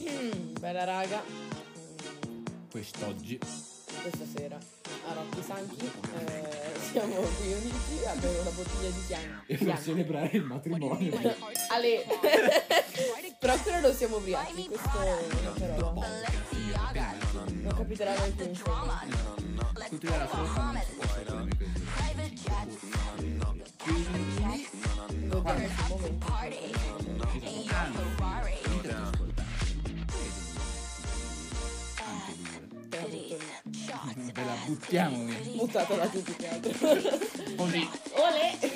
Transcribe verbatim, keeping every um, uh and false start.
Bella raga, Quest'oggi questa sera a Rocchi Sanchi eh, siamo qui uniti a bere una bottiglia di chian- e per bianco. celebrare il matrimonio. Ale, però ancora non siamo ubriachi, questo però non capiterà mai più insomma. Tutti alla sopra non si può fare come quindi Lo diamo sul momento. Te la butto lì. ve la buttiamo via. Buttatela tutti che altro. Così. Olè!